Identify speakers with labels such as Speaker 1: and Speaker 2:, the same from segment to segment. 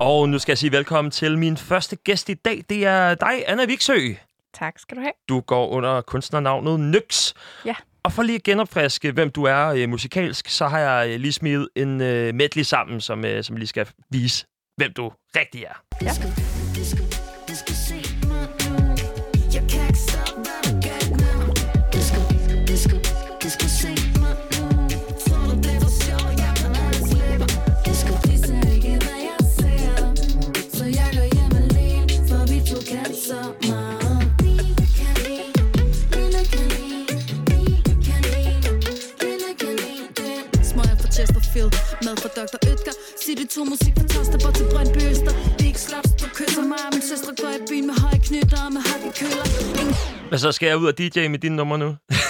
Speaker 1: Og nu skal jeg sige velkommen til min første gæst i dag. Det er dig, Anna Viksø.
Speaker 2: Tak skal du have.
Speaker 1: Du går under kunstnernavnet Nyx.
Speaker 2: Ja.
Speaker 1: Og for lige at genopfriske, hvem du er musikalsk, så har jeg lige smidt en medley sammen, som lige skal vise, hvem du rigtig er.
Speaker 2: Ja.
Speaker 3: Mad fra Dr. Ødger. City 2 musik fra Toster til Brøndby Øster. Det er ikke slaps, du kysser mig. Min søstre går i byen med høje knytter og med hockey-køller.
Speaker 1: Hvad så, skal jeg ud og DJ med dine numre nu?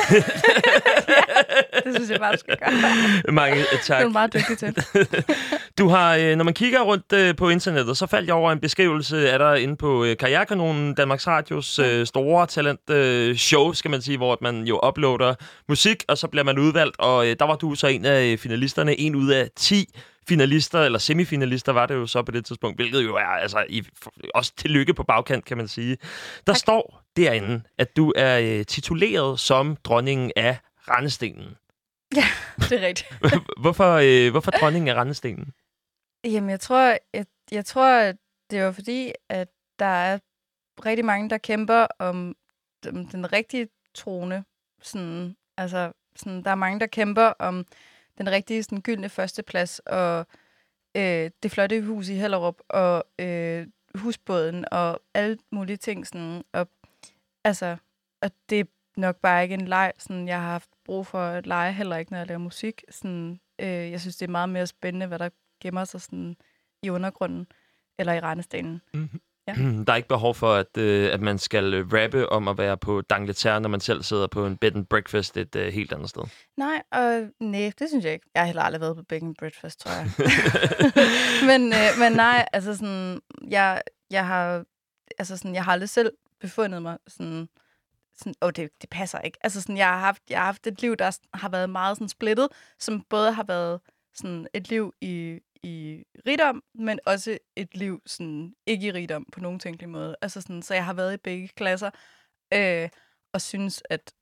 Speaker 2: Det synes jeg bare, du skal gøre.
Speaker 1: Mange tak.
Speaker 2: Det er meget dygtig til.
Speaker 1: Du har, når man kigger rundt på internettet, så faldt jeg over en beskrivelse af dig inde på Karrierekanonen, Danmarks Radios store talent show, skal man sige, hvor man jo uploader musik, og så bliver man udvalgt, og der var du så en af finalisterne, en ud af 10 finalister, eller semifinalister var det jo så på det tidspunkt, hvilket jo er altså også tillykke på bagkant, kan man sige. Der står derinde, at du er tituleret som dronningen af Randestenen.
Speaker 2: Ja, det er rigtigt.
Speaker 1: Hvorfor dronningen af Randestenen?
Speaker 2: Jamen, jeg tror, at det var fordi, at der er rigtig mange, der kæmper om den rigtige trone. Sådan, altså, sådan, der er mange, der kæmper om den rigtige sådan, gyldne førsteplads, og det flotte hus i Hellerup, og husbåden, og alle mulige ting. Sådan, og det er nok bare ikke en leg, sådan, jeg har haft brug for at lege, heller ikke, når jeg laver musik. Sådan, jeg synes, det er meget mere spændende, hvad der gemmer sig sådan, i undergrunden, eller i Randestenen.
Speaker 1: Mm-hmm.
Speaker 2: Ja.
Speaker 1: Der er ikke behov for, at man skal rappe om at være på D'Angleterre, når man selv sidder på en bed and breakfast et helt andet sted.
Speaker 2: Nej, det synes jeg ikke. Jeg har heller aldrig været på bed and breakfast, tror jeg. men nej, altså sådan, jeg har aldrig selv befundet mig sådan det passer ikke. Altså sådan, jeg har haft et liv, der har været meget sådan splittet, som både har været sådan et liv i rigdom, men også et liv sådan ikke i rigdom på nogen tænkelig måde. Altså sådan, så jeg har været i begge klasser og synes at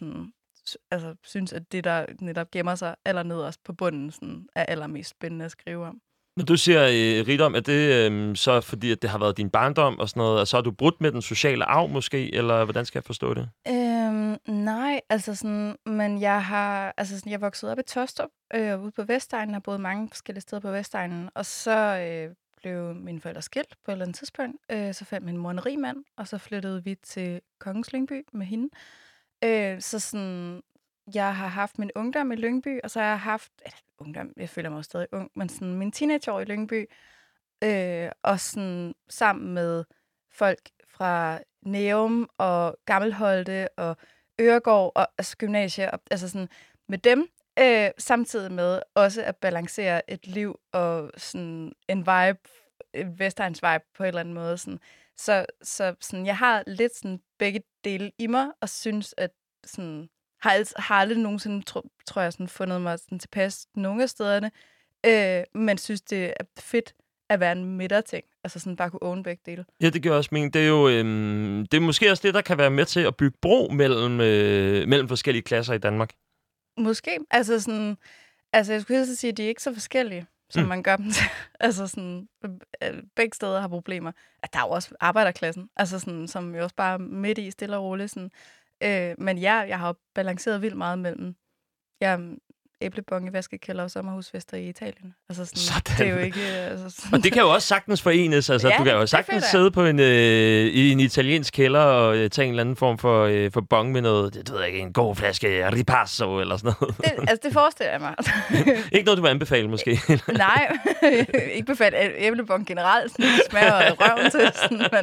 Speaker 2: det der netop gemmer sig allernederst på bunden sådan, er allermest spændende at skrive om.
Speaker 1: Når du siger rigdom, er det så fordi, at det har været din barndom og sådan noget, og så har du brudt med den sociale arv måske, eller hvordan skal jeg forstå det?
Speaker 2: Nej, altså sådan, men jeg voksede op i Tostrup, ude på Vestegnen, har boet mange forskellige steder på Vestegnen, og så blev mine forældre skilt på et eller andet tidspunkt. Så fandt min mor en rig mand, og så flyttede vi til Kongens Lyngby med hende. Så sådan, jeg har haft min ungdom i Lyngby, og så har jeg haft ungdom, jeg føler mig også stadig ung, men sådan min teenageår i Lyngby, og sådan sammen med folk fra Næum og Gammelholte og Øregård og altså gymnasie, og, altså sådan med dem, samtidig med også at balancere et liv og sådan en vibe, en Vestegns vibe på en eller anden måde. Sådan. Så sådan, jeg har lidt sådan begge dele i mig, og synes, at sådan, har aldrig nogensinde, tror jeg, sådan, fundet mig sådan, tilpas nogle af stederne, men synes, det er fedt at være en midterting. Altså sådan bare kunne own begge dele.
Speaker 1: Ja, det gør også mening. Det er jo det er måske også det, der kan være med til at bygge bro mellem forskellige klasser i Danmark.
Speaker 2: Måske. Altså jeg skulle helst sige, at de er ikke så forskellige, som man gør dem til. Altså sådan, begge steder har problemer. At der er jo også arbejderklassen, altså sådan, som jo også bare midt i stille og roligt. Sådan. Men jeg har jo balanceret vildt meget mellem æblebong i vaskekælder og sommerhusfester i Italien. Altså sådan. Det er jo ikke... Altså
Speaker 1: og det kan jo også sagtens forenes. Altså, ja, du kan jo sagtens sidde på i en italiensk kælder og tage en eller anden form for bong med noget, det ved jeg ikke, en god flaske ripasso eller sådan noget.
Speaker 2: Det forestiller jeg mig.
Speaker 1: Ikke noget, du vil anbefale, måske?
Speaker 2: Nej, ikke befale æblebong generelt. Sådan, det smager røven til.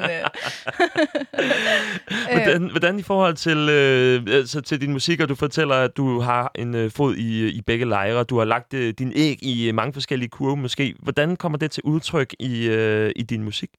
Speaker 2: Sådan,
Speaker 1: hvordan i forhold til din musik, og du fortæller, at du har en fod i begge lejre. Du har lagt din æg i mange forskellige kurve måske. Hvordan kommer det til udtryk i din musik?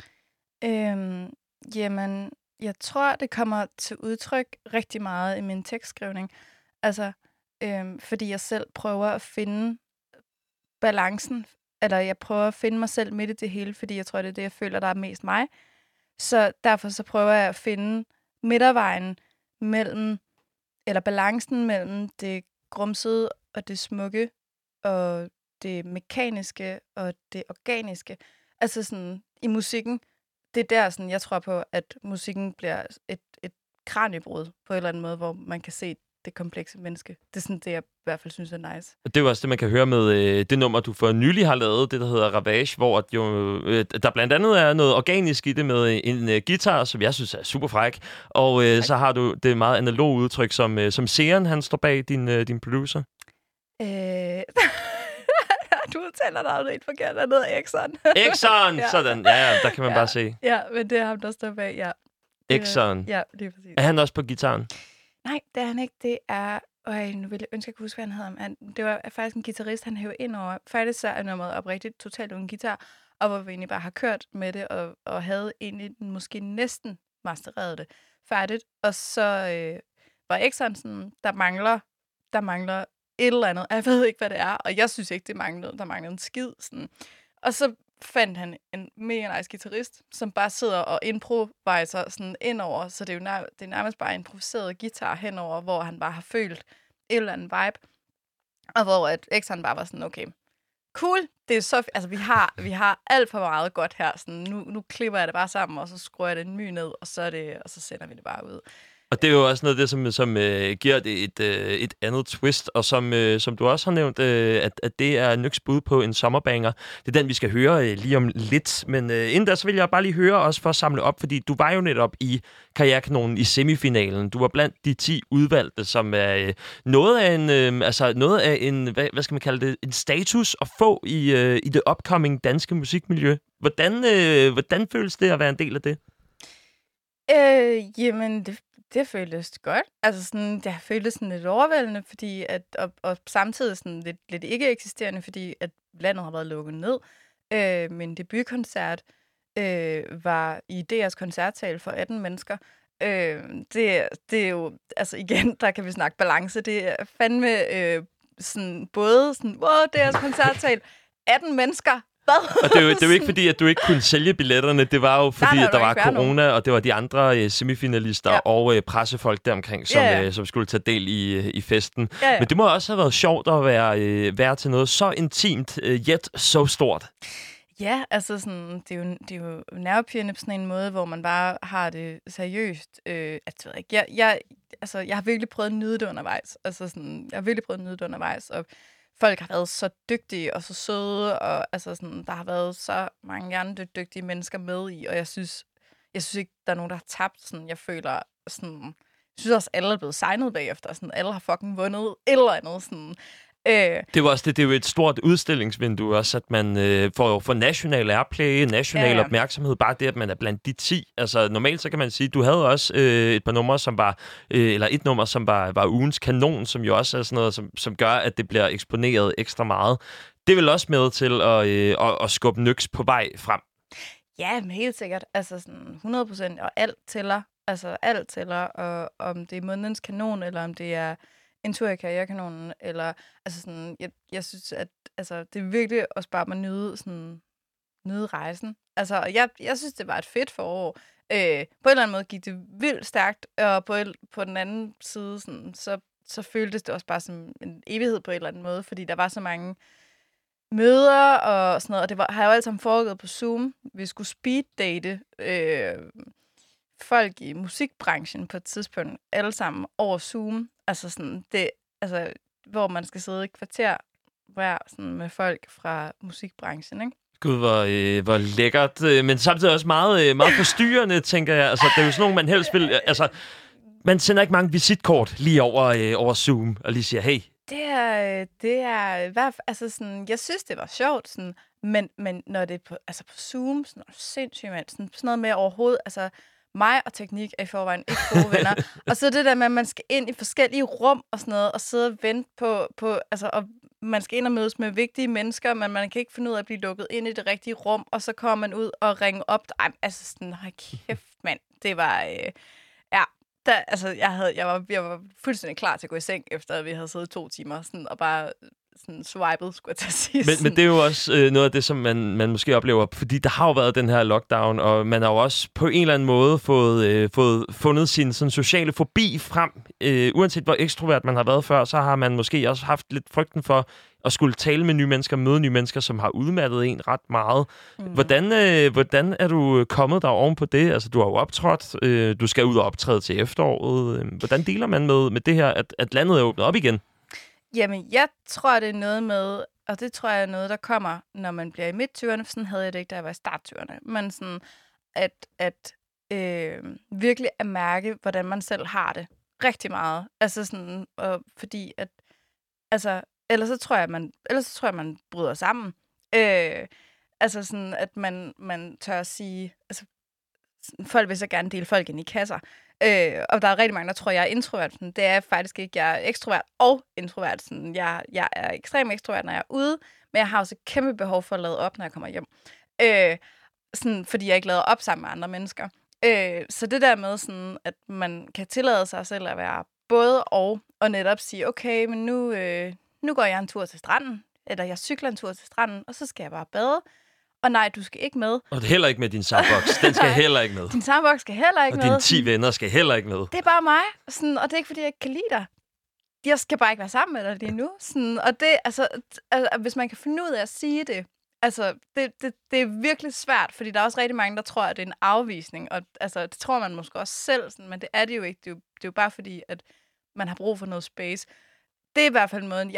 Speaker 2: Jamen, jeg tror, det kommer til udtryk rigtig meget i min tekstskrivning. Altså, fordi jeg selv prøver at finde balancen eller jeg prøver at finde mig selv midt i det hele, fordi jeg tror, det er det, jeg føler, der er mest mig. Så derfor så prøver jeg at finde midtervejen mellem, eller balancen mellem det grumsede og det smukke, og det mekaniske og det organiske. Altså sådan, i musikken, det er der, sådan, jeg tror på, at musikken bliver et kraniebrud på en eller anden måde, hvor man kan se det komplekse menneske. Det er sådan det, jeg i hvert fald synes er nice.
Speaker 1: Det er jo også det, man kan høre med det nummer, du for nylig har lavet, det der hedder Ravage, hvor der blandt andet er noget organisk i det med en guitar, som jeg synes er super fræk. Og så har du det meget analog udtryk, som Seeren, han står bag, din producer.
Speaker 2: Du udtaler navnet helt forkert. Der er noget Exxon.
Speaker 1: Exxon! Ja. Sådan. Ja, der kan man bare se.
Speaker 2: Ja, men det er ham, der står bag, ja.
Speaker 1: Exxon.
Speaker 2: Ja, det er præcis.
Speaker 1: Er han også på gitaren?
Speaker 2: Nej, det er han ikke. Det er... nu vil jeg ønske, at jeg kunne huske, hvad han hedder. Det var faktisk en guitarist, han hævde ind over. Faktisk så er nummeret oprigtigt totalt uden guitar, og hvor vi egentlig bare har kørt med det, og havde egentlig måske næsten mastereret det færdigt. Og så var Exxon sådan, der mangler et eller andet. Jeg ved ikke, hvad det er, og jeg synes ikke, det manglede. Der manglede en skid. Sådan. Og så fandt han en mega nice guitarist, som bare sidder og improviser sådan indover, så det er jo det er nærmest bare improviseret guitar henover, hvor han bare har følt et eller andet vibe, og hvor at Exxon bare var sådan, okay, cool, det er så altså vi har alt for meget godt her, sådan nu klipper jeg det bare sammen, og så skruer jeg det en my ned, og så sender vi det bare ud.
Speaker 1: Og det er jo også noget af det, som giver det et andet twist, og som du også har nævnt, at det er Nyks bud på en sommerbanger. Det er den, vi skal høre lige om lidt. Men inden da, så vil jeg bare lige høre også for at samle op, fordi du var jo netop i Karrierekanonen i semifinalen. Du var blandt de 10 udvalgte, som er noget af en hvad skal man kalde det, en status at få i det upcoming danske musikmiljø. Hvordan føles det at være en del af det?
Speaker 2: Jamen, det føltes godt. Altså sådan, det føltes sådan lidt overvældende, fordi og samtidig sådan lidt ikke eksisterende, fordi at landet har været lukket ned. Min debutkoncert var i DR's koncertsal for 18 mennesker. Det er jo, altså igen, der kan vi snakke balance. Det er fandme sådan, både sådan, wow, DR's koncertsal, 18 mennesker.
Speaker 1: Og det er jo ikke fordi, at du ikke kunne sælge billetterne. Det var jo fordi, at der var corona, og det var de andre semifinalister og pressefolk deromkring, som skulle tage del i festen. Ja. Men det må også have været sjovt at være til noget så intimt, yet så stort.
Speaker 2: Ja, altså sådan, det er jo nervepirrende på sådan en måde, hvor man bare har det seriøst. Jeg har virkelig prøvet at nyde det undervejs. Altså sådan, og folk har været så dygtige og så søde, og altså sådan, der har været så mange andre dygtige mennesker med i, og jeg synes ikke, der er nogen, der har tabt. Sådan, jeg føler sådan, jeg synes også, alle er blevet signet bagefter. Sådan, alle har fucking vundet et eller andet. Sådan.
Speaker 1: Det var også det er jo et stort udstillingsvindue også, at man får national airplay, national opmærksomhed, bare det, at man er blandt de 10. Altså normalt så kan man sige, du havde også et par numre, som var, eller et nummer, som var ugens kanon, som jo også er sådan noget, som gør, at det bliver eksponeret ekstra meget. Det er vel også med til at skubbe Nyks på vej frem?
Speaker 2: Ja, men helt sikkert. Altså sådan 100%, og alt tæller. Altså alt tæller, og om det er månedens kanon, eller om det er en tur i Karrierekanonen, eller altså sådan, jeg synes, at altså, det er virkelig også bare at nyde rejsen. Altså, jeg synes, det var et fedt forår. På en eller anden måde gik det vildt stærkt, og på den anden side, sådan, så føltes det også bare som en evighed på en eller anden måde, fordi der var så mange møder og sådan noget, og det har jo alt sammen foregået på Zoom. Vi skulle speeddate folk i musikbranchen på et tidspunkt, alle sammen over Zoom. Altså sådan, hvor man skal sidde i kvarter hver sådan med folk fra musikbranchen, ikke?
Speaker 1: Gud, hvor lækkert, men samtidig også meget, meget forstyrrende, tænker jeg. Altså, det er jo sådan nogle, man helst vil... Altså, man sender ikke mange visitkort lige over Zoom, og lige siger, hey.
Speaker 2: Det er altså sådan, jeg synes, det var sjovt, sådan, men når det er på Zoom, sådan noget sindssygt, mand, sådan noget med overhovedet, altså... Mig og teknik er i forvejen ikke gode venner. Og så det der med, at man skal ind i forskellige rum og sådan noget, og sidde og vente på altså, og man skal ind og mødes med vigtige mennesker, men man kan ikke finde ud af at blive lukket ind i det rigtige rum, og så kommer man ud og ringer op. Ej, altså sådan, kæft, mand. Det var, jeg var fuldstændig klar til at gå i seng, efter at vi havde siddet 2 timer, sådan, og bare sådan swipet, skulle jeg til at sige.
Speaker 1: Men det er jo også noget af det, som man måske oplever, fordi der har jo været den her lockdown, og man har jo også på en eller anden måde fundet sin sådan sociale fobi frem. Uanset hvor ekstrovert man har været før, så har man måske også haft lidt frygten for at skulle tale med nye mennesker, møde nye mennesker, som har udmattet en ret meget. Hvordan er du kommet der oven på det? Altså, du har jo optrådt, du skal ud og optræde til efteråret. Hvordan deler man med det her, at landet er åbnet op igen?
Speaker 2: Jamen, jeg tror, det er noget med, og det tror jeg er noget, der kommer, når man bliver i midt-20'erne, for sådan havde jeg det ikke, da jeg var i start-20'erne. Men sådan, at virkelig at mærke, hvordan man selv har det rigtig meget. Altså sådan, fordi at, altså, ellers så tror jeg, man bryder sammen. Altså sådan, at man tør at sige, altså, folk vil så gerne dele folk ind i kasser. Og der er rigtig mange, der tror, jeg er introvert. Det er faktisk ikke. Jeg er ekstrovert og introvert. Sådan, jeg er ekstremt ekstrovert, når jeg er ude, men jeg har også et kæmpe behov for at lade op, når jeg kommer hjem. Sådan, fordi jeg ikke lader op sammen med andre mennesker. Så det der med, sådan, at man kan tillade sig selv at være både og netop sige, okay, men nu går jeg en tur til stranden, eller jeg cykler en tur til stranden, og så skal jeg bare bade. Og nej, du skal ikke med. Og
Speaker 1: det er heller ikke med din soundbox. Den skal heller ikke med.
Speaker 2: Din soundbox skal heller ikke med.
Speaker 1: Og dine 10 venner skal heller ikke med.
Speaker 2: Det er bare mig. Sådan, og det er ikke, fordi jeg ikke kan lide dig. Jeg skal bare ikke være sammen med dig lige nu. Sådan, og det, altså, hvis man kan finde ud af at sige det, altså, det er virkelig svært, fordi der er også rigtig mange, der tror, at det er en afvisning. Og altså, det tror man måske også selv, sådan, men det er det jo ikke. Det er jo bare fordi, at man har brug for noget space. Det er i hvert fald måden,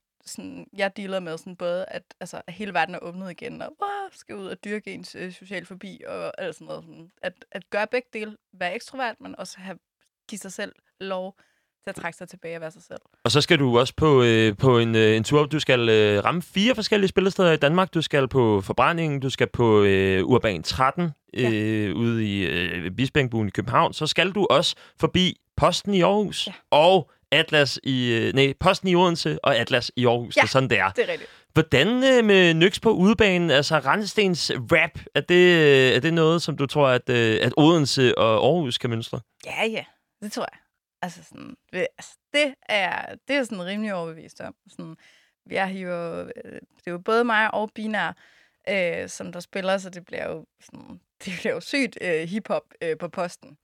Speaker 2: jeg dealer med sådan både, at altså, hele verden er åbnet igen, og skal ud og dyrke ens social fobi, og alt sådan noget. Sådan, at gøre begge dele, være ekstrovert, men også give sig selv lov til at trække sig tilbage og være sig selv. Og
Speaker 1: så skal du også på en tur. Du skal ramme 4 forskellige spillesteder i Danmark. Du skal på Forbrændingen, du skal på Urban 13 ude i Bispeengbuen i København. Så skal du også forbi Posten i Aarhus og Atlas Posten i Odense og Atlas i Aarhus.
Speaker 2: Ja,
Speaker 1: det er sådan, det er.
Speaker 2: Det er rigtigt.
Speaker 1: Hvordan med Nyx på udebanen, altså Randstens rap, er det noget, som du tror, at Odense og Aarhus kan mønstre?
Speaker 2: Ja, det tror jeg. Altså sådan, det er sådan rimelig overbevist om. Sådan, det er jo både mig og Binær, som der spiller, så det bliver jo sygt hiphop på Posten.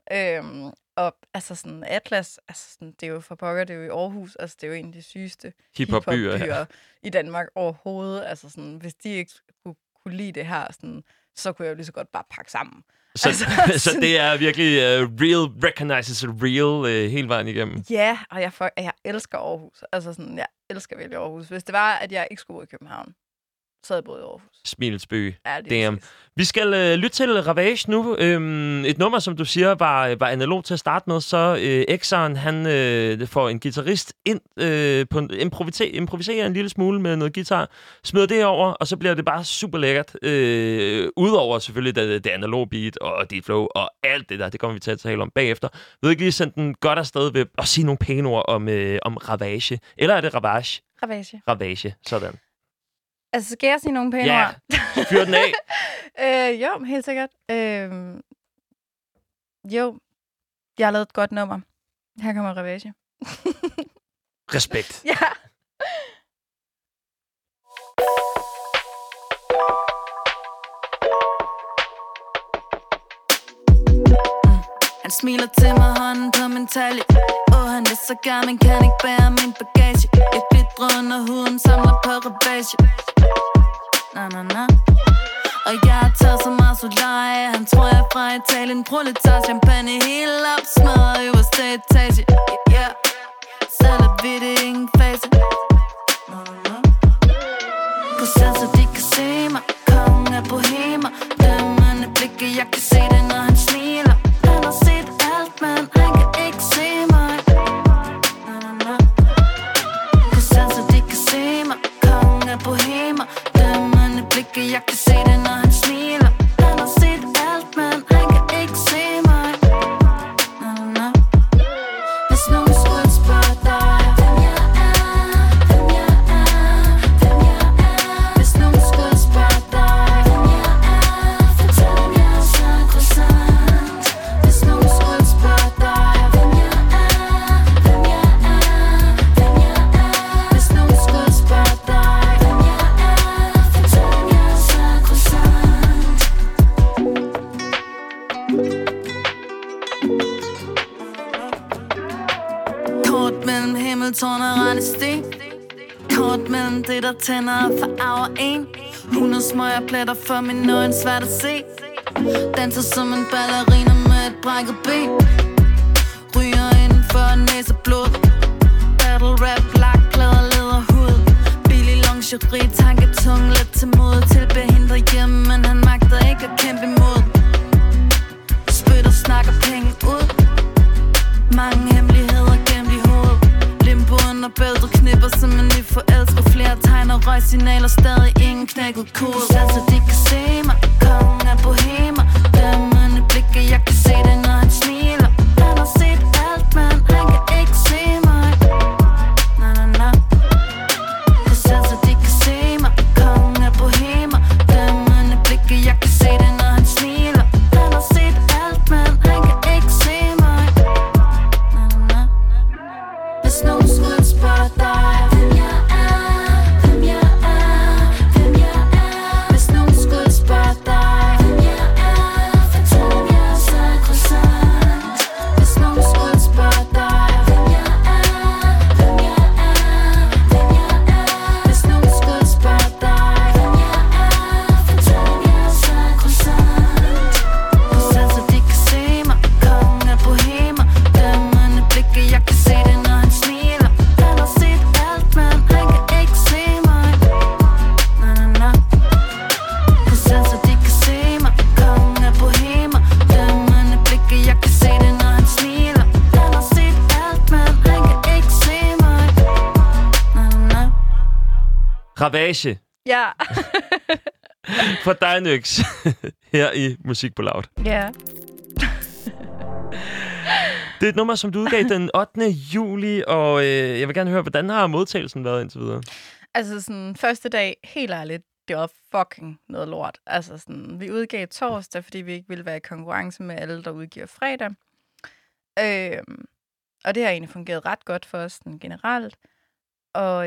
Speaker 2: Og altså sådan Atlas, altså sådan, det er jo for pokker, det er jo i Aarhus, altså det er jo en af de sygeste hiphop-byer i Danmark overhovedet. Altså sådan, hvis de ikke kunne lide det her, sådan, så kunne jeg jo lige så godt bare pakke sammen.
Speaker 1: Så det er virkelig real, recognizes real hele vejen igennem.
Speaker 2: Ja, og jeg elsker Aarhus. Altså sådan, jeg elsker virkelig Aarhus. Hvis det var, at jeg ikke skulle bo i København, så havde jeg boet i Aarhus.
Speaker 1: Smilesby.
Speaker 2: Ja,
Speaker 1: damn. Vi skal lytte til Ravage nu. Et nummer, som du siger, var analog til at starte med. Så Exxon, han får en guitarist ind på improviserer en lille smule med noget guitar, smider det over, og så bliver det bare super lækkert. Udover selvfølgelig det analoge beat og det flow og alt det der. Det kommer vi til at tale om bagefter. Jeg vil ikke lige sende den godt afsted ved at sige nogle pæne ord om Ravage. Eller er det Ravage? Ravage, sådan.
Speaker 2: Altså, skal jeg sige nogle pæne ord?
Speaker 1: Ja, fyr den af.
Speaker 2: Jo, helt sikkert. Jo, jeg har lavet et godt nummer. Her kommer Ravage.
Speaker 1: Respekt.
Speaker 2: Ja.
Speaker 3: Han smiler til mig, hånden på min talje. Han vil så gerne, men kan ikke bære min bagage. Jeg glitrer under huden, samler på ravage. Na. Og jeg har taget så meget solarie. Han tror jeg er fra Italien. Proletar champagne helt op, smadret øverste etage. Yeah, selv er vi det ingen fase. Procent så de kan se mig. Kongen er bohemer. Dømmende blikke, jeg kan se det når han smiler. Han har set alt, men han kan ikke se mig. Procent så de kan se mig. Kongen er bohemer. Dømmende blikke, jeg kan se det når han smiler. Han har set alt, men han kan ikke se mig. Hvis nogen skulle spørge dig hvem jeg er, hvem jeg er, hvem jeg er. Hvis nogen skulle spørge dig hvem jeg er, fortæl dem jeg er så croissant. Hvis nogen skulle spørge dig hvem jeg er, hvem jeg er, hvem jeg er. Hvis nogen skulle spørge dig kun det, der tænder og farver en. 100 smøger pletter for min øjne, svært at se. Danser som en ballerina med et brækket ben. Ryger inden for næseblod. Battle rap, lakplader, læderhud. Billig lingerie, tanketung, let til mod. Tilbehindret hjemme, men han magter ikke at kæmpe imod. Spytter, snakker penge ud. Mange hemmeligheder gemt i hovedet. Limbo under bæltet, knipper som en ny forelsker. Flere tegner, røgsignaler, stadig ingen knækket kode. Så de kan se mig, kongen af bohemer. Dømmende blikke, jeg kan se det, når han smiler. Han har set alt, men han kan ikke se mig. Så de kan se mig, kongen af bohemer. Dømmende blikke, jeg kan se det, når han smiler. Han har set alt, men han kan ikke se mig. Hvis nogen skulle spørge dig, hvem jeg er, hvem jeg er, hvem jeg er. Hvis nogen skulle spørge dig, hvem jeg er, fortæl dem jeg er sakrosant. Hvis nogen skulle spørge dig, hvem jeg er, hvem jeg er, hvem jeg er. Hvis nogen skulle spørge dig, hvem jeg er, fortæl dem jeg er sakrosant. Så de kan se mig, kongen af bohemer. Dømmende blikke, jeg kan se det, når han smiler. Han har set alt, men han kan ikke se mig. Så de kan se mig, kongen af bohemer. Dømmende blikke, jeg kan se det, når han smiler. Han har set alt, men han kan ikke se mig.
Speaker 1: Ravage
Speaker 2: Ja.
Speaker 1: fra Dynux her i Musik på Loud.
Speaker 2: Ja.
Speaker 1: Det er et nummer, som du udgav den 8. juli, og jeg vil gerne høre, hvordan har modtagelsen været indtil videre?
Speaker 2: Altså sådan, første dag, helt ærligt, det var fucking noget lort. Altså sådan, vi udgav torsdag, fordi vi ikke ville være i konkurrence med alle, der udgiver fredag. Og det har egentlig fungeret ret godt for os sådan, generelt. Og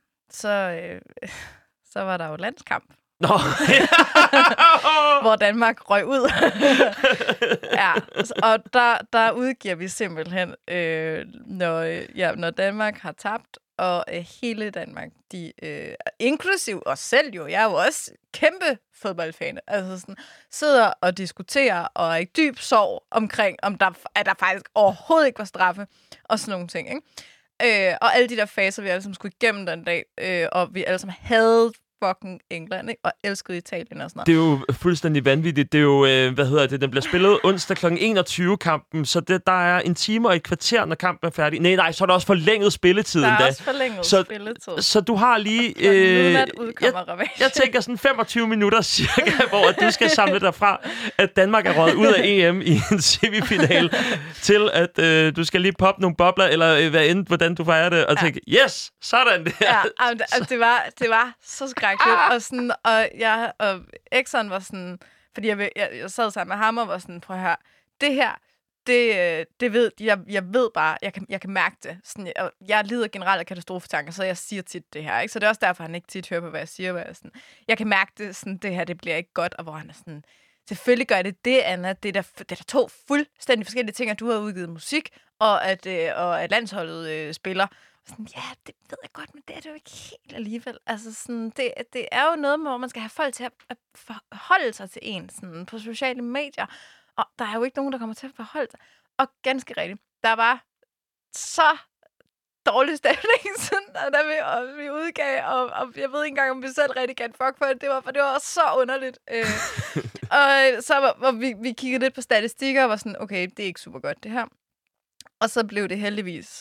Speaker 2: så var der jo landskamp.
Speaker 1: Nå!
Speaker 2: Hvor Danmark røg ud. Ja, og der udgiver vi simpelthen, når Danmark har tabt, og hele Danmark, inklusiv os selv jo, jeg er jo også kæmpe fodboldfan, altså sådan, sidder og diskuterer og er i dyb sorg omkring, om at der faktisk overhovedet ikke var straffe, og sådan nogle ting, ikke? Og alle de der faser, vi alle sammen skulle igennem den dag, og vi alle sammen havde fucking England, ikke? Og elskede Italien og sådan noget.
Speaker 1: Det er jo fuldstændig vanvittigt. Det er jo, den bliver spillet onsdag kl. 21-kampen, så der er en time og et kvarter, når kampen er færdig. Nej, så er der også forlænget spilletid endda.
Speaker 2: Der er også forlænget spilletid.
Speaker 1: Så du har lige... jeg tænker sådan 25 minutter cirka, hvor du skal samle dig fra, at Danmark er røget ud af EM i en semifinal, til at du skal lige poppe nogle bobler, eller hvad end, hvordan du fejrer det, og tænke, yes, sådan det her.
Speaker 2: Ja, det var så skrækkeligt. Og sådan, og Exxon var sådan, fordi jeg sad sammen med ham og var sådan, prøv at høre, det her, det ved, jeg ved bare, jeg kan mærke det. Sådan, jeg lider generelt af katastrofetanker, så jeg siger tit det her, ikke? Så det er også derfor, han ikke tit hører på, hvad jeg siger, hvor jeg sådan, jeg kan mærke det, sådan, det her, det bliver ikke godt, og hvor han er sådan, selvfølgelig gør det, Anna, det er der to fuldstændig forskellige ting, at du har udgivet musik, og at landsholdet spiller. Sådan, ja, det ved jeg godt, men det er det jo ikke helt alligevel. Altså, sådan, det er jo noget med, hvor man skal have folk til at forholde sig til en sådan, på sociale medier. Og der er jo ikke nogen, der kommer til at forholde sig. Og ganske rigtigt, der var så dårlig stemning, sådan, da vi udgav, og jeg ved ikke engang, om vi selv rigtig kan fuck for det. Det var så underligt. Og så var vi kiggede lidt på statistikker og var sådan, okay, det er ikke super godt, det her. Og så blev det heldigvis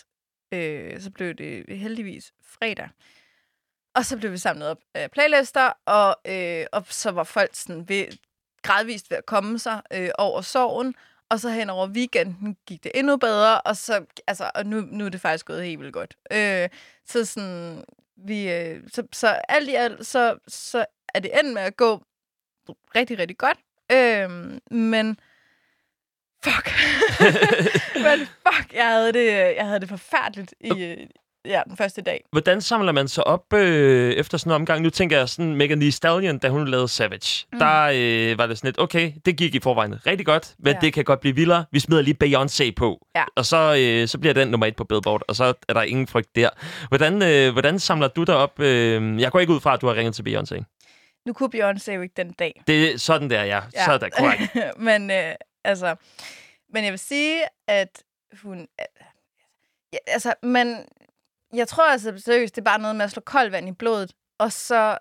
Speaker 2: fredag. Og så blev vi samlet op af playlister, og så var folk sådan gradvist ved at komme sig over sorgen. Og så hen over weekenden gik det endnu bedre, og så og nu er det faktisk gået helt vildt godt. Så sådan så alt i alt så er det endt med at gå rigtig rigtig godt. Men fuck. Jeg havde det forfærdeligt den første dag.
Speaker 1: Hvordan samler man sig op efter sådan en omgang? Nu tænker jeg sådan, Megan Thee Stallion, da hun lavede Savage. Der var det sådan lidt, okay, det gik i forvejen rigtig godt, men det kan godt blive vildere. Vi smider lige Beyoncé på, og så bliver den nummer 1 på Billboard, og så er der ingen frygt der. Hvordan samler du dig op? Jeg går ikke ud fra, at du har ringet til Beyoncé.
Speaker 2: Nu kunne Beyoncé jo ikke den dag.
Speaker 1: Det er sådan der, ja. Så er det korrekt.
Speaker 2: Men jeg vil sige, at hun... men jeg tror altså seriøst, det er bare noget med at slå koldt vand i blodet. Og så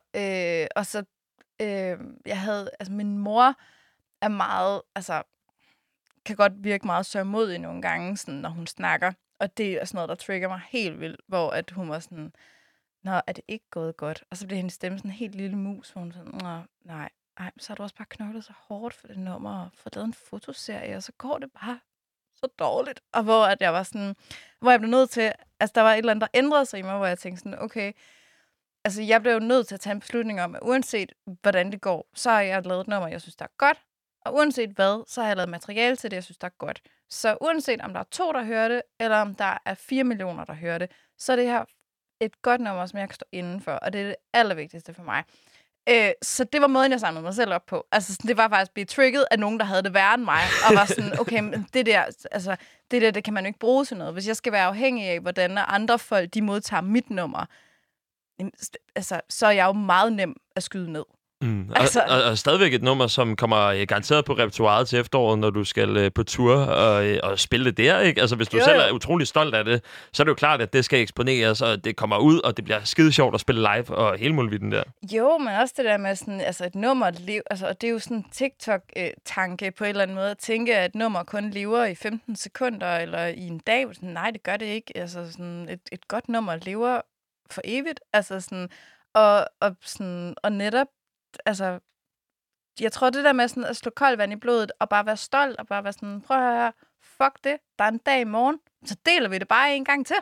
Speaker 2: jeg havde... Altså, min mor er meget... Altså, kan godt virke meget sørgmodig nogle gange, sådan, når hun snakker. Og det er sådan noget, der trigger mig helt vildt, hvor at hun var sådan... Nå, er det ikke gået godt? Og så blev hendes stemme sådan en helt lille mus, hvor hun sådan, nej, så har du også bare knoklet så hårdt for det nummer, og fået lavet en fotoserie, og så går det bare så dårligt. Og hvor at jeg var sådan, hvor jeg blev nødt til, altså der var et eller andet, der ændrede sig i mig, hvor jeg tænkte sådan, okay, altså jeg blev jo nødt til at tage en beslutning om, at uanset hvordan det går, så har jeg lavet et nummer, jeg synes, der er godt, og uanset hvad, så har jeg lavet materiale til det, jeg synes, der er godt. Så uanset om der er 2, der hører det, eller om der er 4 millioner, der hører det, så er det her et godt nummer, som jeg kan stå inden for, og det er det allervigtigste for mig. Så det var måden, jeg samlede mig selv op på. Altså, det var faktisk blive trigget af nogen, der havde det værre end mig, og var sådan, okay, men det der, det kan man jo ikke bruge til noget. Hvis jeg skal være afhængig af, hvordan andre folk, de modtager mit nummer, altså, så er jeg jo meget nem at skyde ned.
Speaker 1: Og stadigvæk et nummer, som kommer garanteret på repertoiret til efteråret, når du skal på tur og spille det der, ikke? Altså, hvis du selv er utrolig stolt af det, så er det jo klart, at det skal eksponeres, og det kommer ud, og det bliver skide sjovt at spille live, og hele muligheden der.
Speaker 2: Jo, men også det der med sådan, altså et nummer, altså, og det er jo sådan en TikTok-tanke på en eller anden måde, at tænke, at et nummer kun lever i 15 sekunder, eller i en dag. Sådan, nej, det gør det ikke. Altså, sådan, et godt nummer lever for evigt. Altså, sådan, og netop altså, jeg tror, det der med sådan at slå koldt vand i blodet, og bare være stolt, og bare være sådan, prøv at høre, fuck det, der er en dag i morgen, så deler vi det bare en gang til.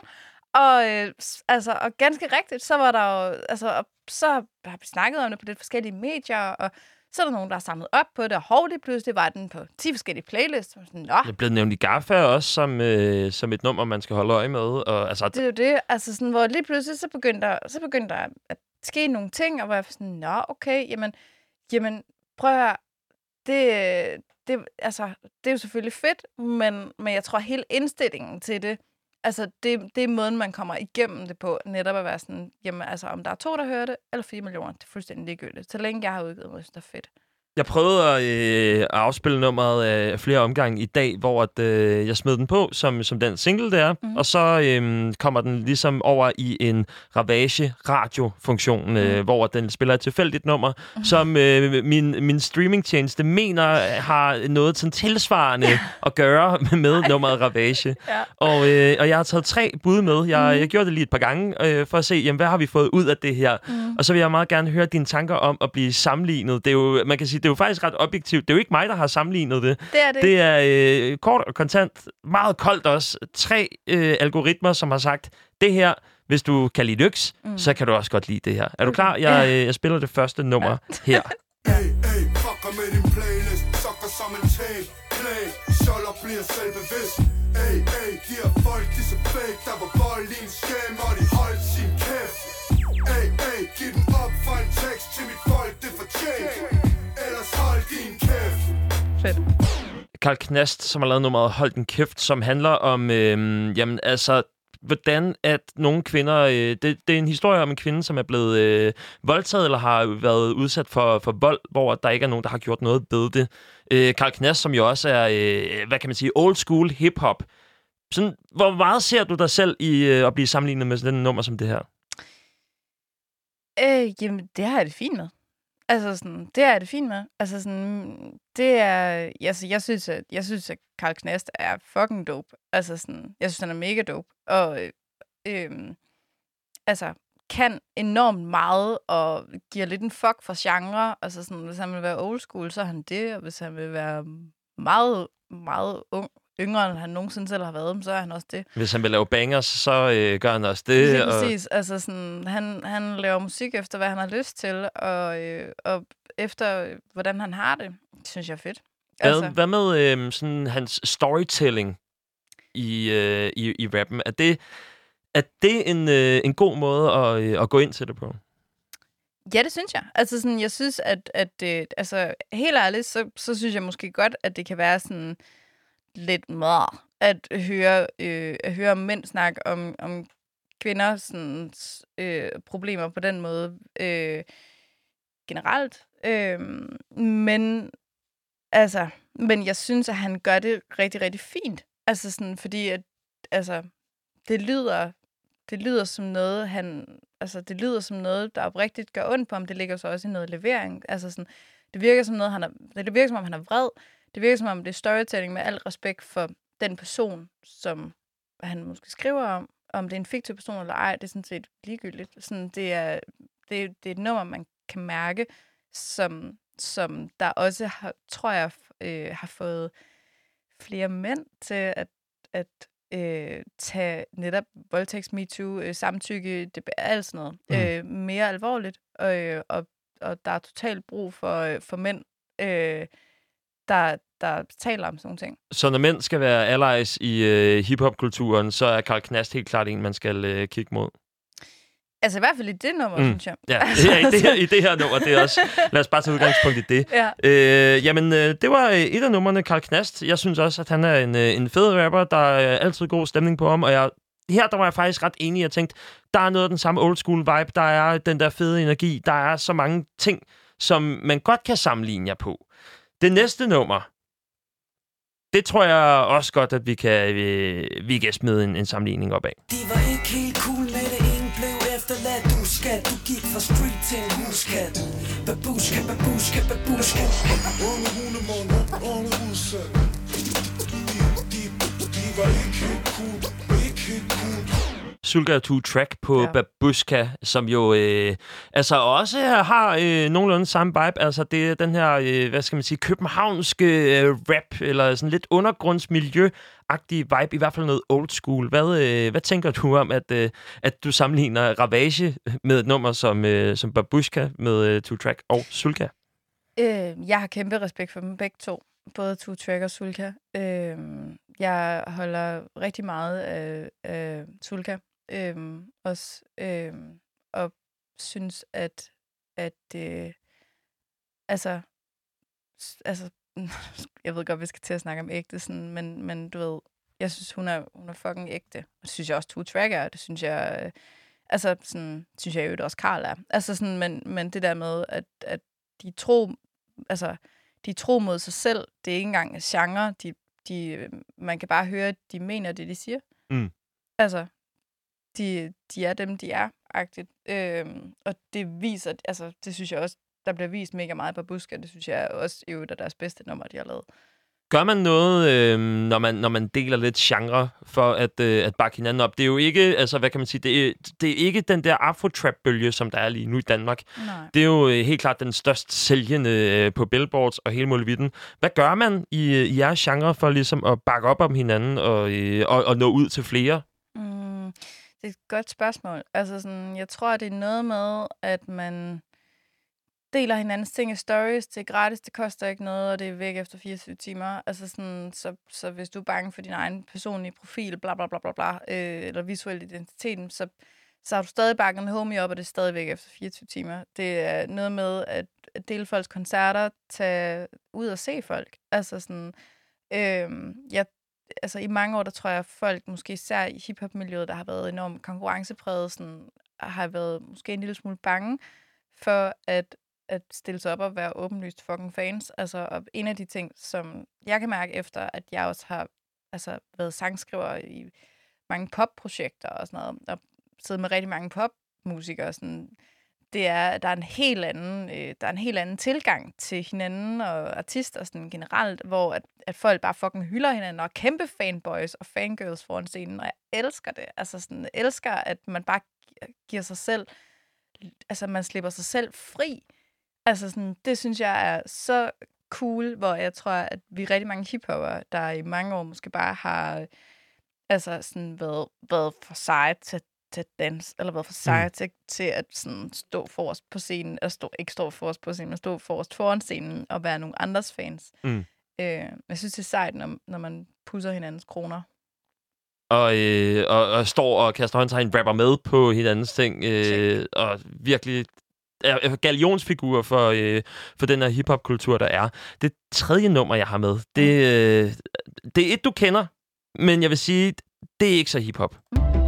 Speaker 2: Og ganske rigtigt, så var der jo, altså, så har vi snakket om det på lidt forskellige medier, og så er der nogen, der har samlet op på det, og lige pludselig var den på 10 forskellige playlists. Sådan,
Speaker 1: det er blevet nævnt i GAFFA også, som et nummer, man skal holde øje med. Og, altså,
Speaker 2: det er jo det, altså sådan, hvor lige pludselig, så begyndte der at ske nogle ting, og hvor jeg var sådan, okay, jamen, prøv at høre, det er jo selvfølgelig fedt, men jeg tror, hele indstillingen til det, altså, det er måden, man kommer igennem det på, netop at være sådan, jamen, altså, om der er 2, der hører det, eller 4 millioner, det er fuldstændig ligegyldigt. Så længe jeg har udgivet mig, det er fedt.
Speaker 1: Jeg prøvede at afspille nummeret af flere omgange i dag, hvor jeg smed den på som den single der, og så kommer den ligesom over i en ravage-radio-funktion, hvor den spiller et tilfældigt nummer, som min streamingtjeneste mener har noget sådan tilsvarende at gøre med nummeret Ravage. Ja. Og jeg har taget 3 bud med. Jeg gjorde det lige et par gange for at se, jamen, hvad har vi fået ud af det her? Og så vil jeg meget gerne høre dine tanker om at blive sammenlignet. Det er jo, man kan sige, det er jo faktisk ret objektivt. Det er jo ikke mig, der har sammenlignet det. Det er kort og kontant, meget koldt også. 3 algoritmer, som har sagt, det her, hvis du kan lide lyks, så kan du også godt lide det her. Er du klar? Jeg spiller det første nummer her.
Speaker 4: Fucker med din playlist, sokker som en tape, play, sjoller bliver selvbevidst. Giver folk disse fake, der var bold i en skam, og de holdt sin kæft. Giv den op for en tekst til mit folk, det fortjent. Ellers hold din kæft.
Speaker 2: Fedt.
Speaker 1: Carl Knast, som har lavet nummeret Hold din kæft, som handler om, jamen altså, hvordan at nogle kvinder... Det er en historie om en kvinde, som er blevet voldtaget, eller har været udsat for vold, hvor der ikke er nogen, der har gjort noget ved det. Carl Knast, som jo også er, hvad kan man sige, old school hip-hop. Sådan, hvor meget ser du dig selv i at blive sammenlignet med sådan et nummer som det her?
Speaker 2: Jamen, det har jeg det fint med. Altså sådan, det er det fint med. Altså sådan, det er, altså jeg synes at Carl Knast er fucking dope. Altså sådan, jeg synes han er mega dope og altså kan enormt meget og giver lidt en fuck for genre. Altså sådan, hvis han vil være old school, så er han det, og hvis han vil være meget meget yngre end han nogensinde selv har været, så er han også det.
Speaker 1: Hvis han vil lave bangers, så gør han også det.
Speaker 2: Ja, præcis. Altså sådan, han laver musik efter, hvad han har lyst til, og efter, hvordan han har det. Det synes jeg er fedt.
Speaker 1: Hvad med sådan hans storytelling i rappen? Er det en god måde at gå ind til det på?
Speaker 2: Ja, det synes jeg. Altså, sådan, jeg synes, altså, helt ærligt, så synes jeg måske godt, at det kan være sådan lidt at høre mænd snakke om kvinder sådan, problemer på den måde generelt. Men jeg synes, at han gør det rigtig, rigtig fint. Altså sådan, fordi at, altså, det lyder som noget, det lyder som noget, der oprigtigt gør ondt på ham. Det ligger så også i noget levering. Altså sådan, det virker som noget, det virker som om han er vred. Det virker som om det er storytelling med al respekt for den person, som han måske skriver om det er en fiktiv person eller ej, det er sådan set ligegyldigt. Sådan, det er et nummer, man kan mærke, som der også tror jeg har fået flere mænd til at tage netop voldtægts, MeToo, samtykke, alt sådan noget mere alvorligt. Og der er totalt brug for mænd, der taler om sådan nogle ting.
Speaker 1: Så når mænd skal være allies i hiphop-kulturen, så er Carl Knast helt klart en, man skal kigge mod?
Speaker 2: Altså i hvert fald i det nummer, synes jeg.
Speaker 1: Ja, i det her nummer, det er også... Lad os bare tage udgangspunkt i det.
Speaker 2: Ja.
Speaker 1: Det var et af numrene, Carl Knast. Jeg synes også, at han er en fed rapper. Der er altid god stemning på ham, og der var jeg faktisk ret enig. Jeg tænkte, der er noget af den samme old school vibe. Der er den der fede energi. Der er så mange ting, som man godt kan sammenligne jer på. Det næste nummer, det tror jeg også godt, at vi kan smide en sammenligning op af.
Speaker 5: De var ikke helt cool med det, ingen blev efterladt. Du gik fra street til en huskat. Babushka, babushka, babushka.
Speaker 4: Unge hundemund, unge udsat. De var ikke helt cool, ikke helt cool.
Speaker 1: Sulka 2 Track på Babushka, som jo altså også har nogenlunde samme vibe. Altså det er den her, hvad skal man sige, københavnske rap, eller sådan lidt undergrundsmiljø-agtig vibe, i hvert fald noget old school. Hvad tænker du om, at du sammenligner Ravage med et nummer som Babushka med 2 Track og Sulka?
Speaker 2: Jeg har kæmpe respekt for dem begge to. Både 2 Track og Sulka. Jeg holder rigtig meget af Sulka. Også, og synes, at altså, jeg ved godt, vi skal til at snakke om ægte, sådan, men du ved, jeg synes, hun er fucking ægte. Det synes jeg også 2 Track er, det synes jeg, synes jeg jo også Carl er. Altså sådan, men det der med, at de tro mod sig selv, det er ikke engang genre, man kan bare høre, at de mener det, de siger. Altså, de er dem, de er-agtigt. Og det viser, altså, det synes jeg også, der bliver vist mega meget på Babushka. Det synes jeg også er deres bedste nummer, de har lavet.
Speaker 1: Gør man noget, når man deler lidt genre for at bakke hinanden op? Det er jo ikke, altså hvad kan man sige, det er ikke den der afro-trap-bølge, som der er lige nu i Danmark. Nej. Det er jo helt klart den størst sælgende på billboards og hele muligheden. Hvad gør man i jeres genre for ligesom at bakke op om hinanden og nå ud til flere?
Speaker 2: Det er et godt spørgsmål. Altså sådan, jeg tror, det er noget med, at man deler hinandens ting i stories. Det er gratis, det koster ikke noget, og det er væk efter 24 timer. Altså sådan, så hvis du er bange for din egen personlige profil, bla bla bla bla bla, eller visuel identitet, så har du stadig bakket en homie op, og det er stadig væk efter 24 timer. Det er noget med at dele folks koncerter, tage ud og se folk. Altså sådan, altså i mange år, der tror jeg, folk, måske især i hiphop-miljøet, der har været enormt konkurrencepræget, sådan, har været måske en lille smule bange for at stille sig op og være åbenlyst fucking fans. Altså, og en af de ting, som jeg kan mærke efter, at jeg også har været sangskriver i mange popprojekter og sådan noget, og siddet med rigtig mange popmusikere, sådan, det er, at der er en helt anden tilgang til hinanden og artister sådan generelt, hvor at folk bare fucking hylder hinanden og er kæmpe fanboys og fangirls foran scenen, og jeg elsker det. Altså sådan, elsker, at man bare giver sig selv, altså man slipper sig selv fri. Altså sådan, det synes jeg er så cool, hvor jeg tror, at vi er rigtig mange hiphopper, der i mange år måske bare har altså sådan været for sig til at danse, eller været for sig til at sådan stå forrest på scenen, ikke stå forrest på scenen, men stå forrest foran scenen og være nogle andres fans. Jeg synes, det er sejt, når man pusser hinandens kroner.
Speaker 1: og står og kaster håndtegn, rapper med på hinandens ting, og virkelig er galionsfigur for den her hiphop-kultur, der er. Det tredje nummer, jeg har med, det er et, du kender, men jeg vil sige, det er ikke så hiphop.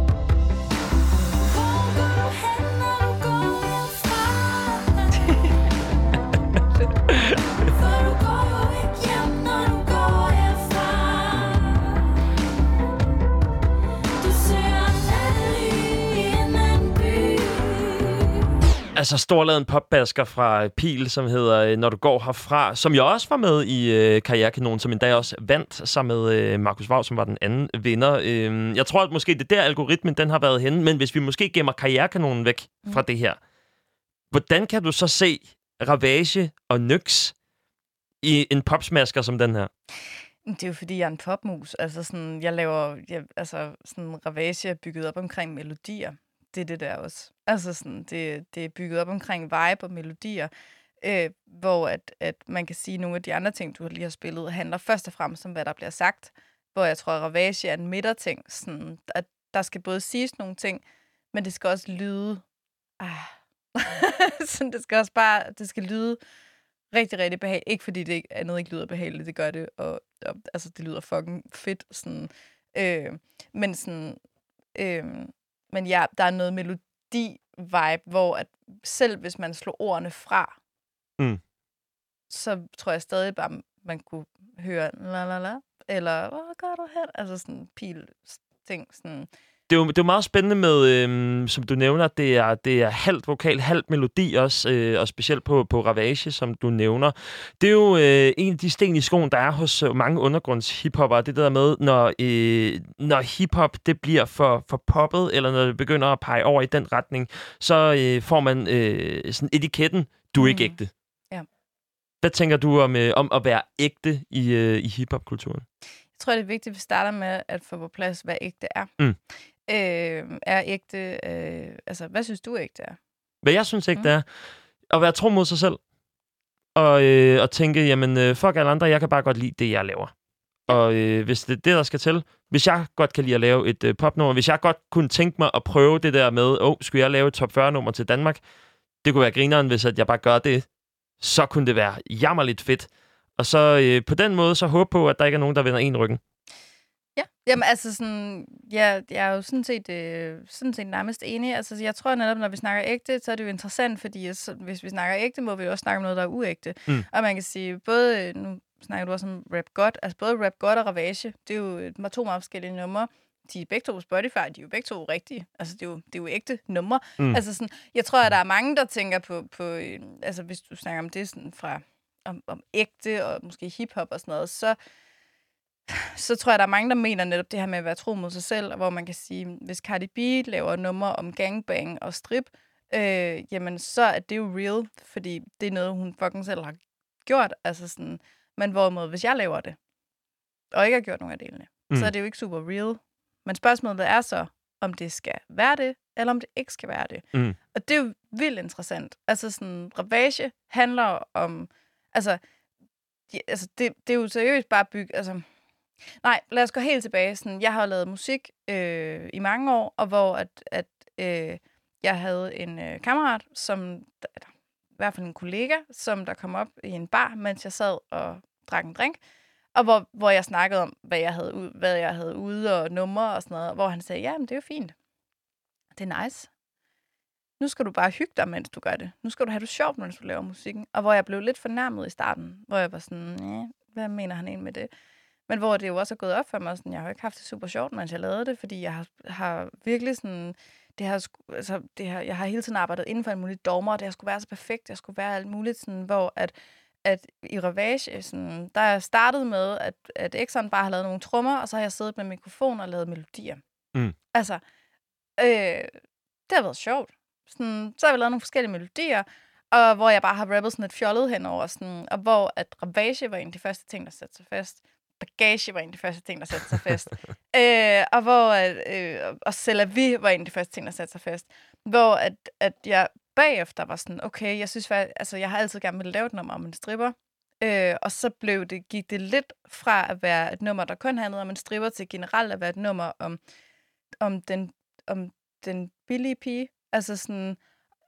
Speaker 1: Altså storladen popbasker fra Pil, som hedder Når du går herfra, som jeg også var med i Karrierekanonen, som endda også vandt sammen med Markus Vaug, som var den anden vinder. Jeg tror, at måske det der algoritmen, den har været henne, men hvis vi måske gemmer Karrierekanonen væk fra det her, hvordan kan du så se Ravage og Nyx i en popsmasker som den her?
Speaker 2: Det er jo fordi, jeg er en popmus. Altså sådan, sådan Ravage er bygget op omkring melodier. Det er det der også. Altså sådan, det er bygget op omkring vibe og melodier, hvor at man kan sige, at nogle af de andre ting, du lige har spillet, handler først og fremmest om, hvad der bliver sagt. Hvor jeg tror, at Ravage er en midterting. Sådan, at der skal både siges nogle ting, men det skal også lyde... sådan, det skal lyde rigtig, rigtig behageligt. Ikke fordi det andet ikke lyder behageligt, det gør det, og altså, det lyder fucking fedt. Sådan, men sådan... Men ja, der er noget melodi-vibe, hvor at selv hvis man slår ordene fra, så tror jeg stadig bare, man kunne høre la la la, eller hvor går du hen? Altså sådan pil-ting. Sådan.
Speaker 1: Det er jo meget spændende med, som du nævner, det er halvt vokal, halvt melodi også, og specielt på Ravage, som du nævner. Det er jo en af de sten i skoen, der er hos mange undergrunds-hiphoppere. Det der med, når hiphop det bliver for poppet, eller når det begynder at pege over i den retning, så får man sådan etiketten, du er ikke ægte.
Speaker 2: Ja.
Speaker 1: Hvad tænker du om at være ægte i hiphop-kulturen?
Speaker 2: Jeg tror, det er vigtigt, at vi starter med at få på plads, hvad ægte er. Er ægte... altså, hvad synes du ægte er?
Speaker 1: Hvad jeg synes ægte er? At være tro mod sig selv. Og tænke, jamen, fuck alle andre, jeg kan bare godt lide det, jeg laver. Og hvis det er det, der skal til. Hvis jeg godt kan lide at lave et popnummer, hvis jeg godt kunne tænke mig at prøve det der med, skulle jeg lave et top 40-nummer til Danmark? Det kunne være grineren, hvis at jeg bare gør det. Så kunne det være jammerligt fedt. Og så på den måde, så håbe på, at der ikke er nogen, der vender en ryggen.
Speaker 2: Ja, jamen altså sådan, jeg er jo sådan set nærmest enig. Altså jeg tror netop, når vi snakker ægte, så er det jo interessant, fordi hvis vi snakker ægte, må vi jo også snakke om noget, der er uægte. Og man kan sige, både, nu snakker du også om Rap God, altså både Rap God og Ravage, det er jo 2 meget forskellige numre. De er begge to på Spotify, de er jo begge to rigtige. Altså, det er jo ægte numre. Altså sådan, jeg tror, at der er mange, der tænker på altså hvis du snakker om det sådan fra... Om ægte og måske hiphop og sådan noget, så tror jeg, der er mange, der mener netop det her med at være tro mod sig selv, hvor man kan sige, hvis Cardi B laver numre om gangbang og strip, jamen så er det jo real, fordi det er noget, hun fucking selv har gjort. Altså sådan, men hvorimod, hvis jeg laver det, og ikke har gjort nogen af delene, så er det jo ikke super real. Men spørgsmålet er så, om det skal være det, eller om det ikke skal være det. Og det er jo vildt interessant. Altså sådan, Ravage handler om... Altså, det er jo seriøst bare bygge... Altså, nej, lad os gå helt tilbage. Sådan, jeg har jo lavet musik i mange år, og hvor jeg havde en kammerat, som... I hvert fald en kollega, som der kom op i en bar, mens jeg sad og drak en drink, og hvor jeg snakkede om, hvad jeg havde ude, og numre og sådan noget, hvor han sagde, ja, men det er jo fint. Det er nice. Nu skal du bare hygge dig, mens du gør det. Nu skal du have det sjovt, mens du laver musikken. Og hvor jeg blev lidt fornærmet i starten, hvor jeg var sådan, hvad mener han egentlig med det? Men hvor det jo også er gået op for mig, sådan, jeg har jo ikke haft det super sjovt, mens jeg lavede det, fordi jeg har virkelig sådan, jeg har hele tiden arbejdet inden for en mulig dogmer, og det har skulle være så perfekt, jeg skulle være alt muligt, sådan, hvor at i Ravage, sådan, der er startet med, at Exxon bare har lavet nogle trommer, og så har jeg siddet med mikrofon og lavet melodier. Altså, det har været sjovt. Sådan, så har vi lavet nogle forskellige melodier, og hvor jeg bare har rappet sådan et fjollet henover, sådan, og hvor at Ravage var en af de første ting, der satte sig fast. Bagage var en af de første ting, der satte sig fast. Og hvor og C'est la vie var en af de første ting, der satte sig fast. Hvor at jeg bagefter var sådan, okay, jeg synes faktisk, altså jeg har altid gerne ville lave et nummer om en stripper. Og så gik det lidt fra at være et nummer, der kun handlede om en stripper, til generelt at være et nummer om den billige pige. Altså sådan...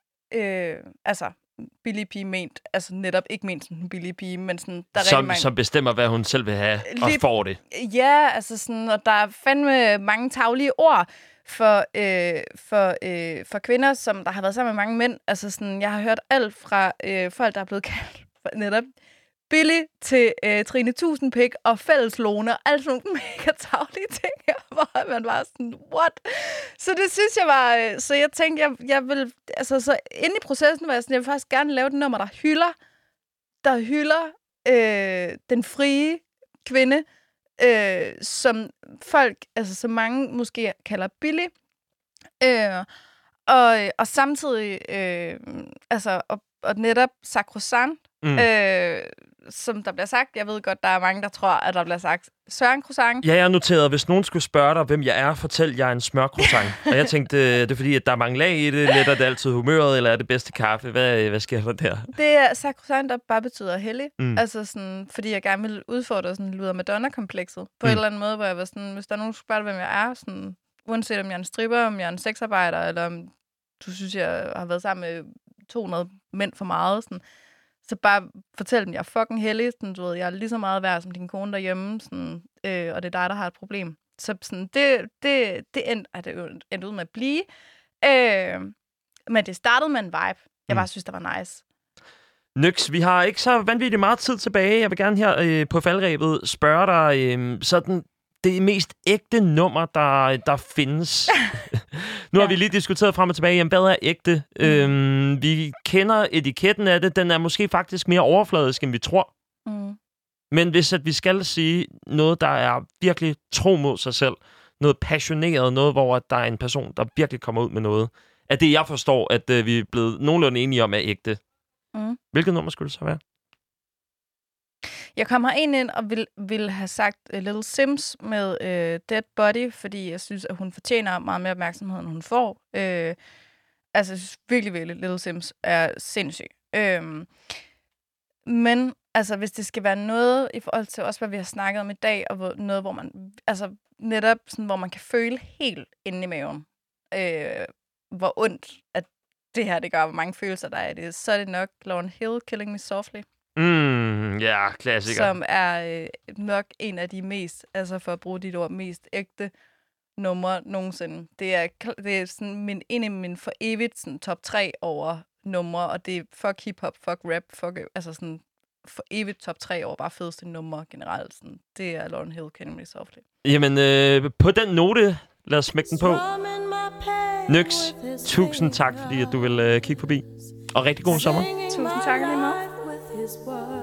Speaker 2: billige pige ment, altså netop ikke ment som en billige pige, men sådan... Der er mange...
Speaker 1: som bestemmer, hvad hun selv vil have, og får det.
Speaker 2: Ja, altså sådan, og der er fandme mange tarvelige ord for kvinder, som der har været sammen med mange mænd. Altså sådan, jeg har hørt alt fra folk, der er blevet kaldt netop billig til Trine Tusindpik og fælleslåne, og alt sådan nogle mega tarvelige ting, hvor man var sådan, what? Så det synes jeg var... Så jeg tænkte, jeg vil... Altså, så inde i processen var jeg sådan, jeg vil faktisk gerne lave et nummer, der hylder den frie kvinde, som folk, altså så mange måske kalder billig, og samtidig, og netop sakrosant, som der bliver sagt. Jeg ved godt, der er mange, der tror, at der bliver sagt Søren Croissant.
Speaker 1: Ja, jeg har noteret, hvis nogen skulle spørge dig, hvem jeg er, fortæl, jeg er en smørcroissant. Og jeg tænkte, det er fordi, at der er mange lag i det. Letter det altid humøret, eller er det bedste kaffe? Hvad sker der der?
Speaker 2: Det er sakrosant, der bare betyder hellig. Altså sådan, fordi jeg gerne vil udfordre sådan Luder Madonna-komplekset. På en eller anden måde, hvor jeg var sådan, hvis der er nogen, der spørger, hvem jeg er, sådan, uanset om jeg er en stripper, om jeg er en sexarbejder, eller om du synes, jeg har været sammen med 200 mænd for meget, sådan, så bare fortæl dem, jeg er fucking heldig. Sådan, du ved, jeg er lige så meget værd som din kone derhjemme, sådan, og det er dig, der har et problem. Så sådan, det endte ud med at blive. Men det startede med en vibe. Jeg bare synes, det var nice.
Speaker 1: Nyx, vi har ikke så vanvittigt meget tid tilbage. Jeg vil gerne her på faldrebet spørge dig sådan det mest ægte nummer, der findes. Nu har vi lige diskuteret frem og tilbage, jamen, hvad er ægte? Vi kender etiketten af det. Den er måske faktisk mere overfladisk, end vi tror. Men hvis at vi skal sige noget, der er virkelig tro mod sig selv, noget passioneret, noget, hvor der er en person, der virkelig kommer ud med noget, er det, jeg forstår, at vi er blevet nogenlunde enige om, er ægte. Hvilket nummer skulle det så være?
Speaker 2: Jeg kom herind ind og vil have sagt Little Sims med Dead Body, fordi jeg synes, at hun fortjener meget mere opmærksomhed, end hun får. Altså, jeg synes virkelig, Little Sims er sindssyg. Men altså, hvis det skal være noget i forhold til også, hvad vi har snakket om i dag, og noget, hvor man altså netop sådan, hvor man kan føle helt inde i maven, hvor ondt, at det her, det gør, hvor mange følelser der er i det, så er det nok Lauryn Hill, Killing Me Softly.
Speaker 1: Ja, klassiker.
Speaker 2: Som er nok en af de mest, altså for at bruge dit ord, mest ægte numre nogensinde. Det er sådan en af mine for evigt sådan, top 3 over numre, og det er fuck hip-hop, fuck rap, altså sådan for evigt top 3 over bare fedeste numre generelt. Sådan. Det er Lauryn Hill, Killing Me Softly.
Speaker 1: Jamen, på den note, lad os smække den på. Nyx, tusind tak, fordi at du vil kigge forbi. Og rigtig god sommer.
Speaker 2: Tusind tak, lige meget.